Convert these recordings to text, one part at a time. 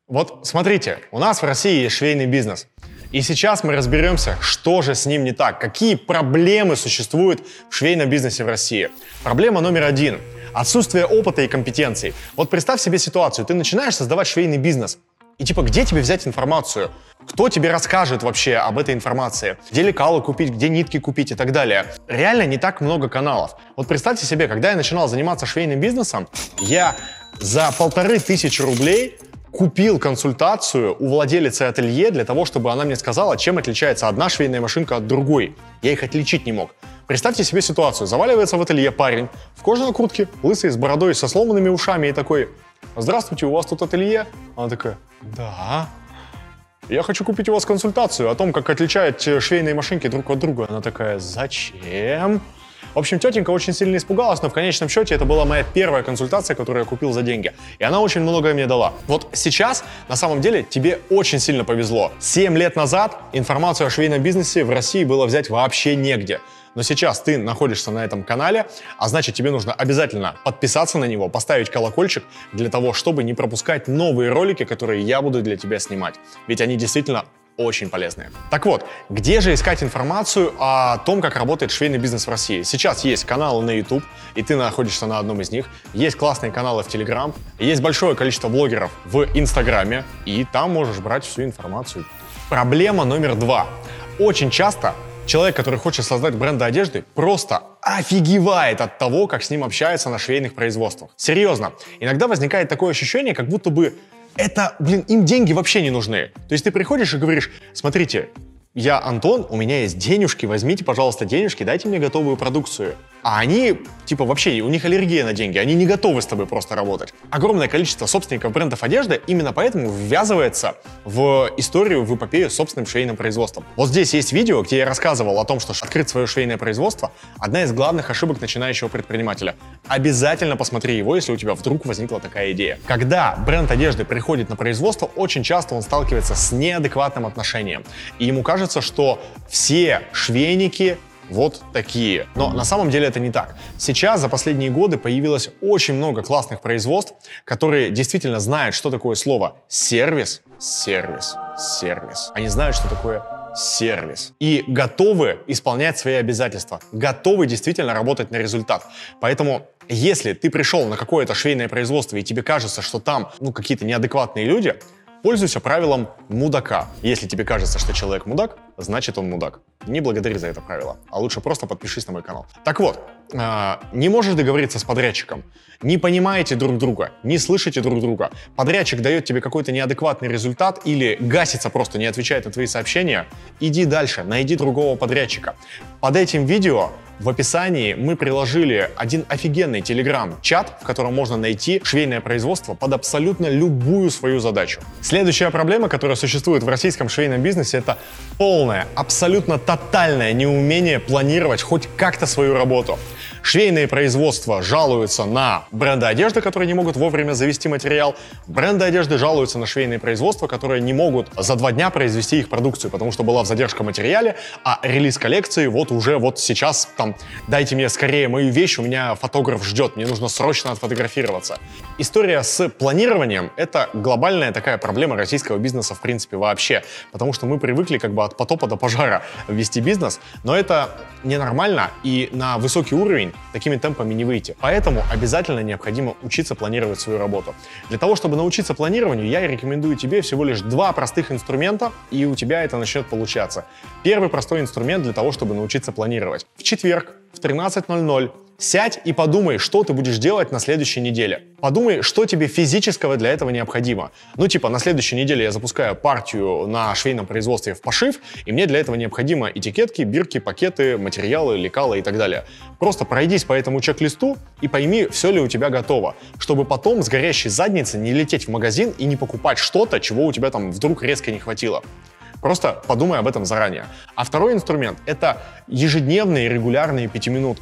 Вот смотрите, у нас в России есть швейный бизнес. И сейчас мы разберемся, что же с ним не так, какие проблемы существуют в швейном бизнесе в России. Проблема номер один – отсутствие опыта и компетенций. Вот представь себе ситуацию, ты начинаешь создавать швейный бизнес. И типа, где тебе взять информацию? Кто тебе расскажет вообще об этой информации? Где лекалы купить, где нитки купить и так далее? Реально не так много каналов. Вот представьте себе, когда я начинал заниматься швейным бизнесом, я за 1500 рублей купил консультацию у владелицы ателье для того, чтобы она мне сказала, чем отличается одна швейная машинка от другой. Я их отличить не мог. Представьте себе ситуацию. Заваливается в ателье парень в кожаной куртке, лысый, с бородой, со сломанными ушами и такой: «Здравствуйте, у вас тут ателье?» Она такая: «Да». «Я хочу купить у вас консультацию о том, как отличать швейные машинки друг от друга». Она такая: «Зачем?» В общем, тетенька очень сильно испугалась, но в конечном счете это была моя первая консультация, которую я купил за деньги. И она очень многое мне дала. Вот сейчас, на самом деле, тебе очень сильно повезло. 7 лет назад информацию о швейном бизнесе в России было взять вообще негде. Но сейчас ты находишься на этом канале, а значит, тебе нужно обязательно подписаться на него, поставить колокольчик для того, чтобы не пропускать новые ролики, которые я буду для тебя снимать. Ведь они действительно очень полезные. Так вот, где же искать информацию о том, как работает швейный бизнес в России? Сейчас есть каналы на YouTube, и ты находишься на одном из них. Есть классные каналы в Telegram, есть большое количество блогеров в Инстаграме, и там можешь брать всю информацию. Проблема номер 2. Очень часто человек, который хочет создать бренд одежды, просто офигевает от того, как с ним общаются на швейных производствах. Серьезно. Иногда возникает такое ощущение, как будто бы им деньги вообще не нужны. То есть ты приходишь и говоришь: «Смотрите, я Антон, у меня есть денежки, возьмите, пожалуйста, денежки, дайте мне готовую продукцию». А они, вообще, у них аллергия на деньги, они не готовы с тобой просто работать. Огромное количество собственников брендов одежды именно поэтому ввязывается в историю, в эпопею с собственным швейным производством. Вот здесь есть видео, где я рассказывал о том, что открыть свое швейное производство – одна из главных ошибок начинающего предпринимателя. Обязательно посмотри его, если у тебя вдруг возникла такая идея. Когда бренд одежды приходит на производство, очень часто он сталкивается с неадекватным отношением. И ему кажется, что все швейники вот такие. Но на самом деле это не так. Сейчас за последние годы появилось очень много классных производств, которые действительно знают, что такое слово сервис. Они знают, что такое сервис. И готовы исполнять свои обязательства. Готовы действительно работать на результат. Поэтому, если ты пришел на какое-то швейное производство и тебе кажется, что там какие-то неадекватные люди, пользуйся правилом мудака. Если тебе кажется, что человек мудак, значит он мудак. Не благодари за это правило, а лучше просто подпишись на мой канал. Так вот, не можешь договориться с подрядчиком, не понимаете друг друга, не слышите друг друга, подрядчик дает тебе какой-то неадекватный результат или гасится просто, не отвечает на твои сообщения, иди дальше, найди другого подрядчика. Под этим видео в описании мы приложили один офигенный телеграм-чат, в котором можно найти швейное производство под абсолютно любую свою задачу. Следующая проблема, которая существует в российском швейном бизнесе, это полное, абсолютно тотальное неумение планировать хоть как-то свою работу. Швейные производства жалуются на бренды одежды, которые не могут вовремя завести материал. Бренды одежды жалуются на швейные производства, которые не могут за 2 дня произвести их продукцию, потому что была задержка в материале, а релиз коллекции вот сейчас дайте мне скорее мою вещь, у меня фотограф ждет, мне нужно срочно отфотографироваться. История с планированием — это глобальная такая проблема российского бизнеса в принципе вообще, потому что мы привыкли от потопа до пожара вести бизнес, но это ненормально, и на высокий уровень такими темпами не выйти. Поэтому обязательно необходимо учиться планировать свою работу. Для того, чтобы научиться планированию, я рекомендую тебе всего лишь 2 простых инструмента, и у тебя это начнет получаться. Первый простой инструмент для того, чтобы научиться планировать. В четверг в 13:00 сядь и подумай, что ты будешь делать на следующей неделе. Подумай, что тебе физического для этого необходимо. На следующей неделе я запускаю партию на швейном производстве в пошив, и мне для этого необходимо этикетки, бирки, пакеты, материалы, лекала и так далее. Просто пройдись по этому чек-листу и пойми, все ли у тебя готово, чтобы потом с горящей задницы не лететь в магазин и не покупать что-то, чего у тебя вдруг резко не хватило. Просто подумай об этом заранее. А второй инструмент — это ежедневные регулярные 5-минутки.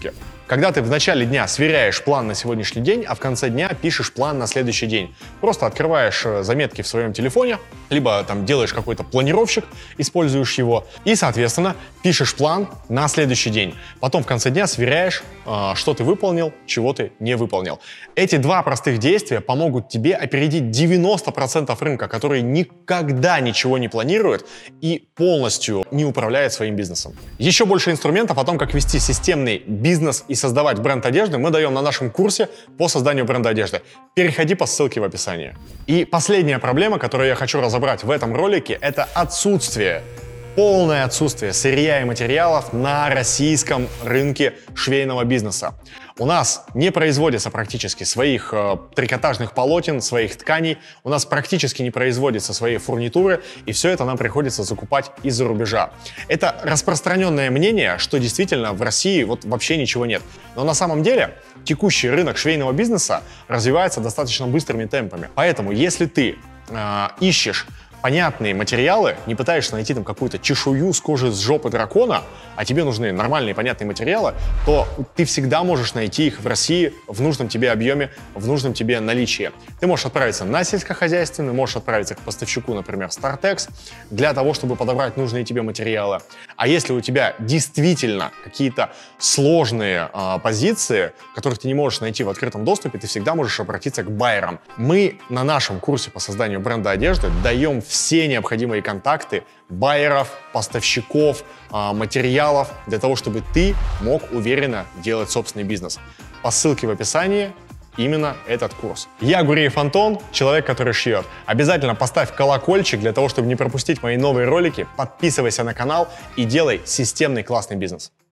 когда ты в начале дня сверяешь план на сегодняшний день, а в конце дня пишешь план на следующий день. Просто открываешь заметки в своем телефоне, либо там делаешь какой-то планировщик, используешь его, и, соответственно, пишешь план на следующий день. Потом в конце дня сверяешь, что ты выполнил, чего ты не выполнил. Эти два простых действия помогут тебе опередить 90% рынка, который никогда ничего не планирует и полностью не управляет своим бизнесом. Еще больше инструментов о том, как вести системный бизнес и создавать бренд одежды, мы даем на нашем курсе по созданию бренда одежды. Переходи по ссылке в описании. И последняя проблема, которую я хочу разобрать в этом ролике, это полное отсутствие сырья и материалов на российском рынке швейного бизнеса. У нас не производится практически своих трикотажных полотен, своих тканей, у нас практически не производится своей фурнитуры, и все это нам приходится закупать из-за рубежа. Это распространенное мнение, что действительно в России вот вообще ничего нет. Но на самом деле текущий рынок швейного бизнеса развивается достаточно быстрыми темпами. Поэтому если ты ищешь понятные материалы, не пытаешься найти там какую-то чешую с кожи с жопы дракона, а тебе нужны нормальные понятные материалы, то ты всегда можешь найти их в России в нужном тебе объеме, в нужном тебе наличии. Ты можешь отправиться на сельскохозяйственный, можешь отправиться к поставщику, например, Startex, для того, чтобы подобрать нужные тебе материалы. А если у тебя действительно какие-то сложные позиции, которых ты не можешь найти в открытом доступе, ты всегда можешь обратиться к байерам. Мы на нашем курсе по созданию бренда одежды даем все необходимые контакты байеров, поставщиков, материалов для того, чтобы ты мог уверенно делать собственный бизнес. По ссылке в описании именно этот курс. Я Гуреев Антон, человек, который шьет. Обязательно поставь колокольчик для того, чтобы не пропустить мои новые ролики, подписывайся на канал и делай системный классный бизнес.